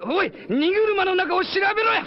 おい、荷車の中を調べろや。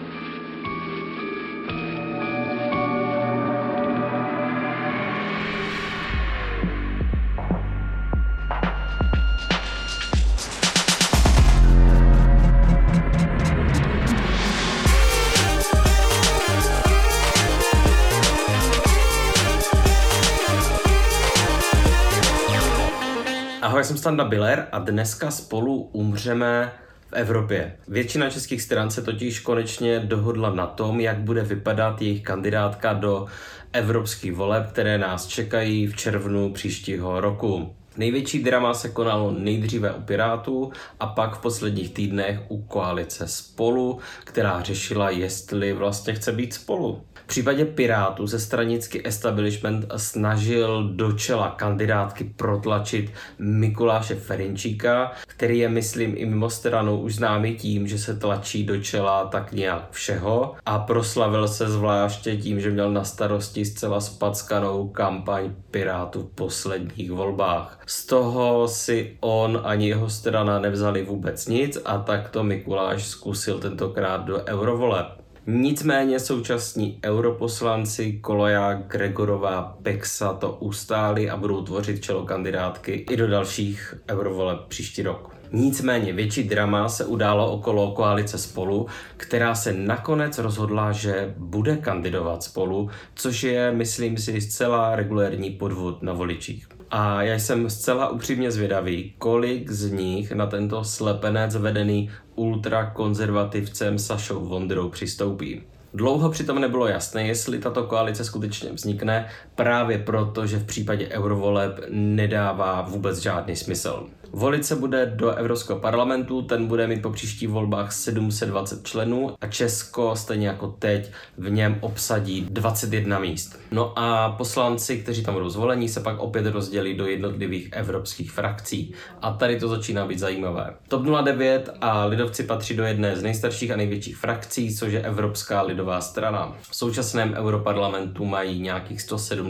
Ahoj, jsem Standa Biller a dneska spolu umřeme v Evropě. Většina českých stran se totiž konečně dohodla na tom, jak bude vypadat jejich kandidátka do evropských voleb, které nás čekají v červnu příštího roku. Největší drama se konalo nejdříve u Pirátů a pak v posledních týdnech u koalice Spolu, která řešila, jestli vlastně chce být spolu. V případě Pirátů se stranický establishment snažil do čela kandidátky protlačit Mikuláše Ferjenčíka, který je, myslím, i mimo stranu už známý tím, že se tlačí do čela tak nějak všeho a proslavil se zvláště tím, že měl na starosti zcela spackanou kampaň Pirátů v posledních volbách. Z toho si on ani jeho strana nevzali vůbec nic a tak to Mikuláš zkusil tentokrát do eurovoleb. Nicméně současní europoslanci Koloja, Gregorová, Peksa to ustáli a budou tvořit čelo kandidátky i do dalších eurovoleb příští rok. Nicméně větší drama se událo okolo koalice Spolu, která se nakonec rozhodla, že bude kandidovat Spolu, což je, myslím si, zcela regulérní podvod na voličích. A já jsem zcela upřímně zvědavý, kolik z nich na tento slepenec vedený ultrakonzervativcem Sašou Vondrou přistoupí. Dlouho přitom nebylo jasné, jestli tato koalice skutečně vznikne, právě proto, že v případě eurovoleb nedává vůbec žádný smysl. Volit se bude do Evropského parlamentu, ten bude mít po příštích volbách 720 členů a Česko, stejně jako teď, v něm obsadí 21 míst. No a poslanci, kteří tam budou zvoleni, se pak opět rozdělí do jednotlivých evropských frakcí. A tady to začíná být zajímavé. TOP 09 a lidovci patří do jedné z nejstarších a největších frakcí, což je Evropská lidová strana. V současném europarlamentu mají nějakých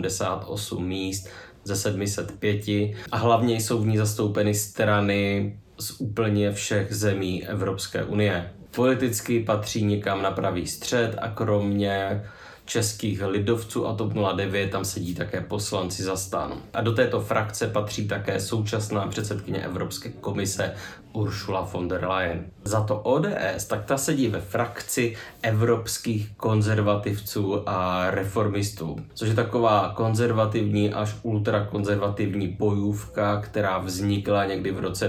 178 míst ze 705 a hlavně jsou v ní zastoupeny strany z úplně všech zemí Evropské unie. Politicky patří někam na pravý střed a kromě českých lidovců a TOP 09 tam sedí také poslanci za STAN. A do této frakce patří také současná předsedkyně Evropské komise Ursula von der Leyen. Za to ODS, tak ta sedí ve frakci evropských konzervativců a reformistů, což je taková konzervativní až ultrakonzervativní bojůvka, která vznikla někdy v roce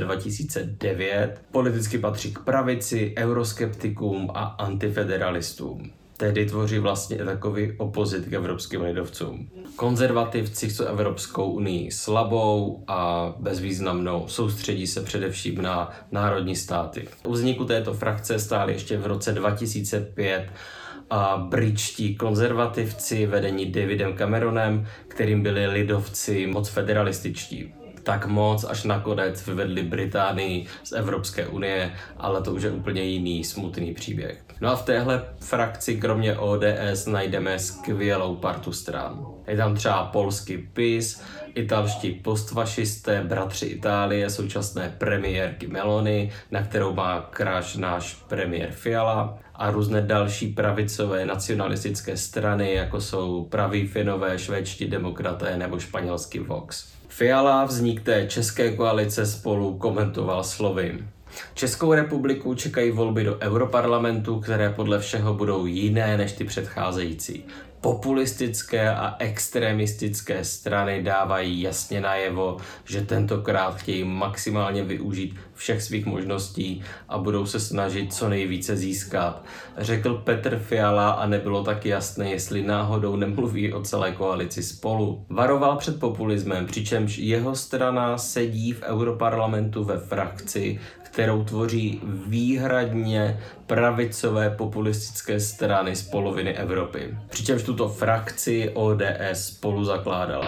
2009. Politicky patří k pravici, euroskeptikům a antifederalistům. Tehdy tvoří vlastně takový opozit k evropským lidovcům. Konzervativci chcou Evropskou unii slabou a bezvýznamnou, soustředí se především na národní státy. U vzniku této frakce stáli ještě v roce 2005 a britští konzervativci vedení Davidem Cameronem, kterým byli lidovci moc federalističtí. Tak moc, až nakonec vyvedli Británii z Evropské unie, ale to už je úplně jiný smutný příběh. No a v téhle frakci kromě ODS najdeme skvělou partu stran. Je tam třeba polský PiS, italští postfašisté, bratři Itálie, současné premiérky Meloni, na kterou má crush náš premiér Fiala, a různé další pravicové nacionalistické strany, jako jsou praví Finové, švédští demokraté nebo španělský Vox. Fiala vznik té české koalice Spolu komentoval slovy: Českou republiku čekají volby do Europarlamentu, které podle všeho budou jiné než ty předcházející. Populistické a extremistické strany dávají jasně najevo, že tentokrát chtějí maximálně využít všech svých možností a budou se snažit co nejvíce získat, řekl Petr Fiala a nebylo tak jasné, jestli náhodou nemluví o celé koalici Spolu. Varoval před populismem, přičemž jeho strana sedí v Europarlamentu ve frakci, kterou tvoří výhradně pravicové populistické strany z poloviny Evropy. Přičemž tuto frakci ODS Spolu zakládala.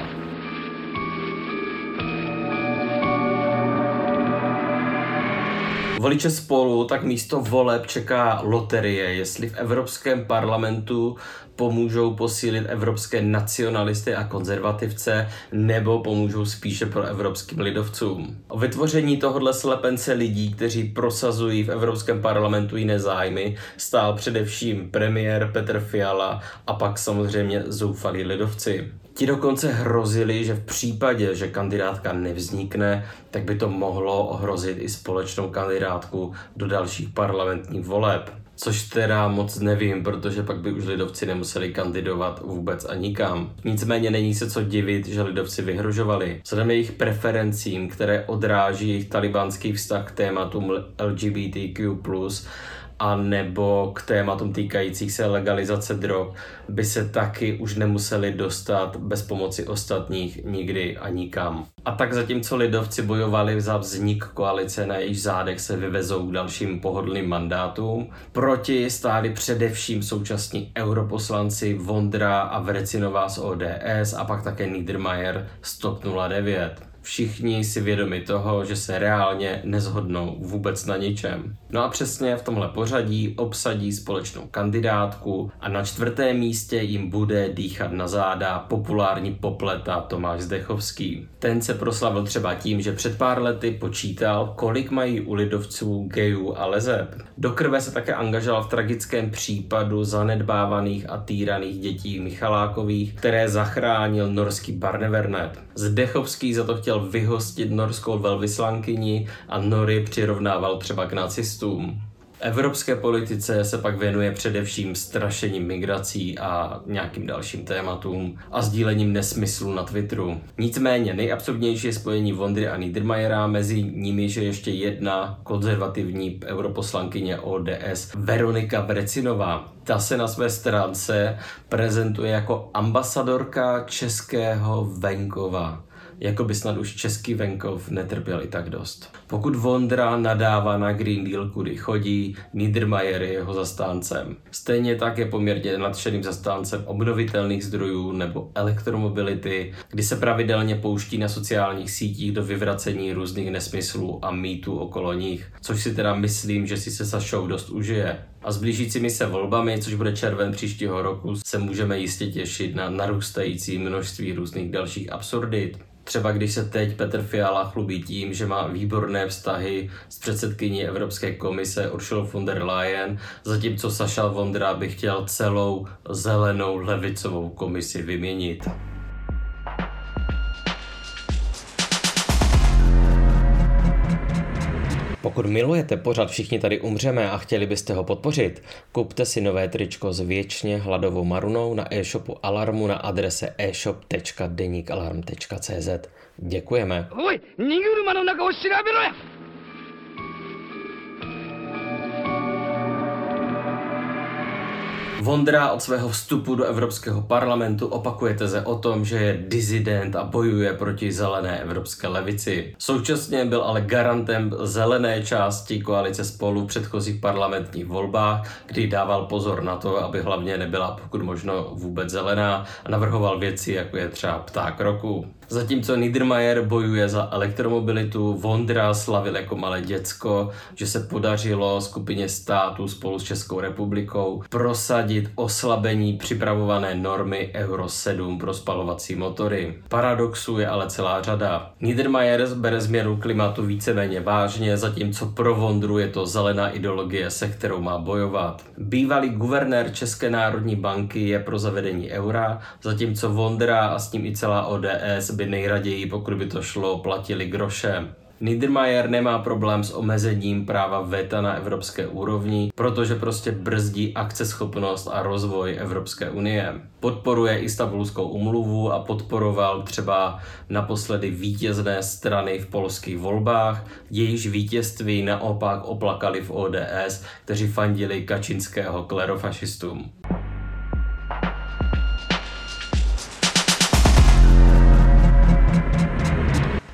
Voliče Spolu tak místo voleb čeká loterie, jestli v Evropském parlamentu pomůžou posílit evropské nacionalisty a konzervativce, nebo pomůžou spíše pro evropským lidovcům. O vytvoření tohohle slepence lidí, kteří prosazují v Evropském parlamentu jiné zájmy, stál především premiér Petr Fiala a pak samozřejmě zoufalí lidovci. Ti dokonce hrozili, že v případě, že kandidátka nevznikne, tak by to mohlo ohrozit i společnou kandidátku do dalších parlamentních voleb. Což teda moc nevím, protože pak by už lidovci nemuseli kandidovat vůbec a nikam. Nicméně není se co divit, že lidovci vyhrožovali. Vzhledem jejich preferencím, které odráží jejich talibánský vztah k tématům LGBTQ+, a nebo k tématům týkajících se legalizace drog, by se taky už nemuseli dostat bez pomoci ostatních nikdy a nikam. A tak zatímco lidovci bojovali za vznik koalice, na jejich zádech se vyvezou k dalším pohodlným mandátům, proti stáli především současní europoslanci Vondra a Vrecionová z ODS a pak také Niedermayer z TOP 09. Všichni si vědomi toho, že se reálně neshodnou vůbec na ničem. No a přesně v tomhle pořadí obsadí společnou kandidátku a na 4. místě jim bude dýchat na záda populární popleta Tomáš Zdechovský. Ten se proslavil třeba tím, že před pár lety počítal, kolik mají u lidovců gejů a leseb. Do krve se také angažoval v tragickém případu zanedbávaných a týraných dětí Michalákových, které zachránil norský Barnevernet. Zdechovský za to chtěl vyhostit norskou velvyslankyni a Nory přirovnával třeba k nacistům. Evropské politice se pak věnuje především strašením migrací a nějakým dalším tématům a sdílením nesmyslů na Twitteru. Nicméně nejabsurdnější je spojení Vondry a Niedermayera, mezi nimi je ještě jedna konzervativní europoslankyně ODS Veronika Vrecionová. Ta se na své stránce prezentuje jako ambasadorka českého venkova. Jako by snad už český venkov netrpěl i tak dost. Pokud Vondra nadává na Green Deal, kudy chodí, Niedermayer je jeho zastáncem. Stejně tak je poměrně nadšeným zastáncem obnovitelných zdrojů nebo elektromobility, kdy se pravidelně pouští na sociálních sítích do vyvracení různých nesmyslů a mýtů okolo nich, což si teda myslím, že si se za show dost užije. A s blížícími se volbami, což bude červen příštího roku, se můžeme jistě těšit na narůstající množství různých dalších absurdit. Třeba když se teď Petr Fiala chlubí tím, že má výborné vztahy s předsedkyní Evropské komise Ursulou von der Leyen, zatímco Saša Vondra by chtěl celou zelenou levicovou komisi vyměnit. Pokud milujete pořad Všichni tady umřeme a chtěli byste ho podpořit, kupte si nové tričko s věčně hladovou Marunou na e-shopu Alarmu na adrese e-shop.denikalarm.cz. Děkujeme. Oj, 荷車の中を調べろや! Vondra od svého vstupu do Evropského parlamentu opakuje teze o tom, že je disident a bojuje proti zelené evropské levici. Současně byl ale garantem zelené části koalice Spolu v předchozích parlamentních volbách, kdy dával pozor na to, aby hlavně nebyla pokud možno vůbec zelená a navrhoval věci, jako je třeba pták roku. Zatímco Niedermayer bojuje za elektromobilitu, Vondra slavil jako malé děcko, že se podařilo skupině států spolu s Českou republikou prosadit oslabení připravované normy Euro 7 pro spalovací motory. Paradoxů je ale celá řada. Niedermayer bere změnu klimatu víceméně vážně, zatímco pro Vondru je to zelená ideologie, se kterou má bojovat. Bývalý guvernér České národní banky je pro zavedení eura, zatímco Vondra a s ním i celá ODS by nejraději, pokud by to šlo, platili grošem. Niedermayer nemá problém s omezením práva veta na evropské úrovni, protože prostě brzdí akceschopnost a rozvoj Evropské unie. Podporuje Istanbulskou úmluvu a podporoval třeba naposledy vítězné strany v polských volbách, jejichž vítězství naopak oplakali v ODS, kteří fandili Kačinského klerofašistům.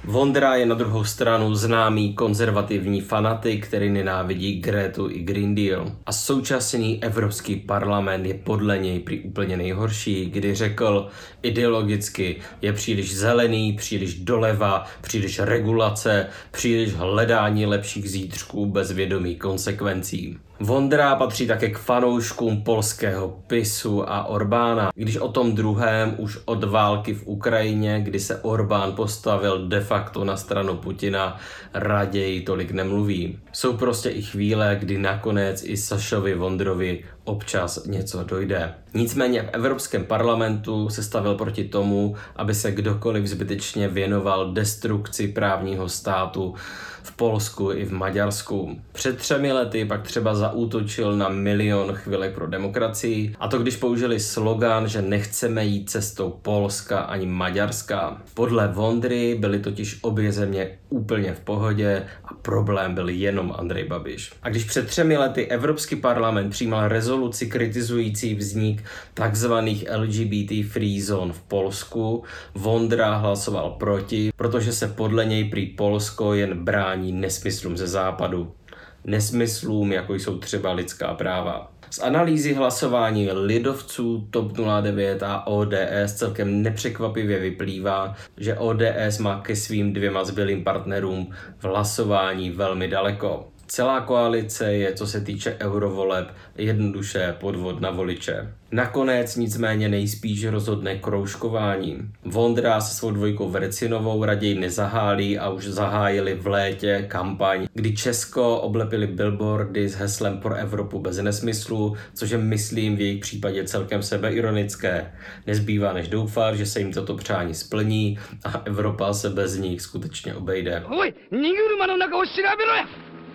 Vondra je na druhou stranu známý konzervativní fanatik, který nenávidí Gretu i Green Deal. A současný Evropský parlament je podle něj prý úplně nejhorší, kdy řekl ideologicky je příliš zelený, příliš doleva, příliš regulace, příliš hledání lepších zítřků bez vědomí konsekvencí. Vondra patří také k fanouškům polského PiSu a Orbána, když o tom druhém už od války v Ukrajině, kdy se Orbán postavil de facto na stranu Putina, raději tolik nemluví. Jsou prostě i chvíle, kdy nakonec i Sašovi Vondrovi občas něco dojde. Nicméně v Evropském parlamentu se stavil proti tomu, aby se kdokoliv zbytečně věnoval destrukci právního státu v Polsku i v Maďarsku. Před 3 lety pak třeba zaútočil na 1 milion chvilek pro demokracii, a to když použili slogan, že nechceme jít cestou Polska ani Maďarska. Podle Vondry byly totiž obě země úplně v pohodě a problém byl jenom Andrej Babiš. A když před 3 lety Evropský parlament přijímal rezoluci kritizující vznik takzvaných LGBT free zone v Polsku, Vondra hlasoval proti, protože se podle něj prý Polsko jen brání nesmyslům ze západu. Nesmyslům, jako jsou třeba lidská práva. Z analýzy hlasování lidovců, TOP 09 a ODS celkem nepřekvapivě vyplývá, že ODS má ke svým 2 zbylým partnerům v hlasování velmi daleko. Celá koalice je, co se týče eurovoleb, jednoduše podvod na voliče. Nakonec nicméně nejspíš rozhodne kroužkování. Vondra se svou dvojkou Vercinovou raději nezahálí a už zahájili v létě kampaň, kdy Česko oblepili billboardy s heslem pro Evropu bez nesmyslu, což je, myslím, v jejich případě celkem sebeironické. Nezbývá než doufat, že se jim toto přání splní a Evropa se bez nich skutečně obejde. Oj, Niguruma no naka o shirabero ya!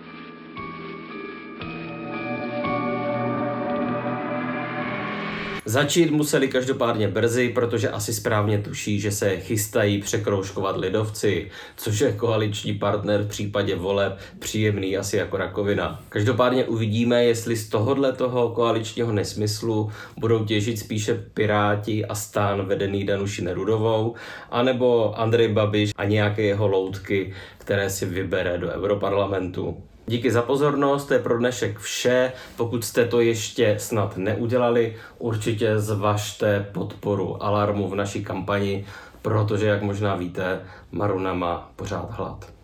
Začít museli každopádně brzy, protože asi správně tuší, že se chystají překroužkovat lidovci, což je koaliční partner v případě voleb příjemný asi jako rakovina. Každopádně uvidíme, jestli z tohoto koaličního nesmyslu budou těžit spíše Piráti a STAN vedený Danuší Nerudovou, anebo Andrej Babiš a nějaké jeho loutky, které si vybere do Europarlamentu. Díky za pozornost, to je pro dnešek vše. Pokud jste to ještě snad neudělali, určitě zvažte podporu Alarmu v naší kampani, protože, jak možná víte, Maruna má pořád hlad.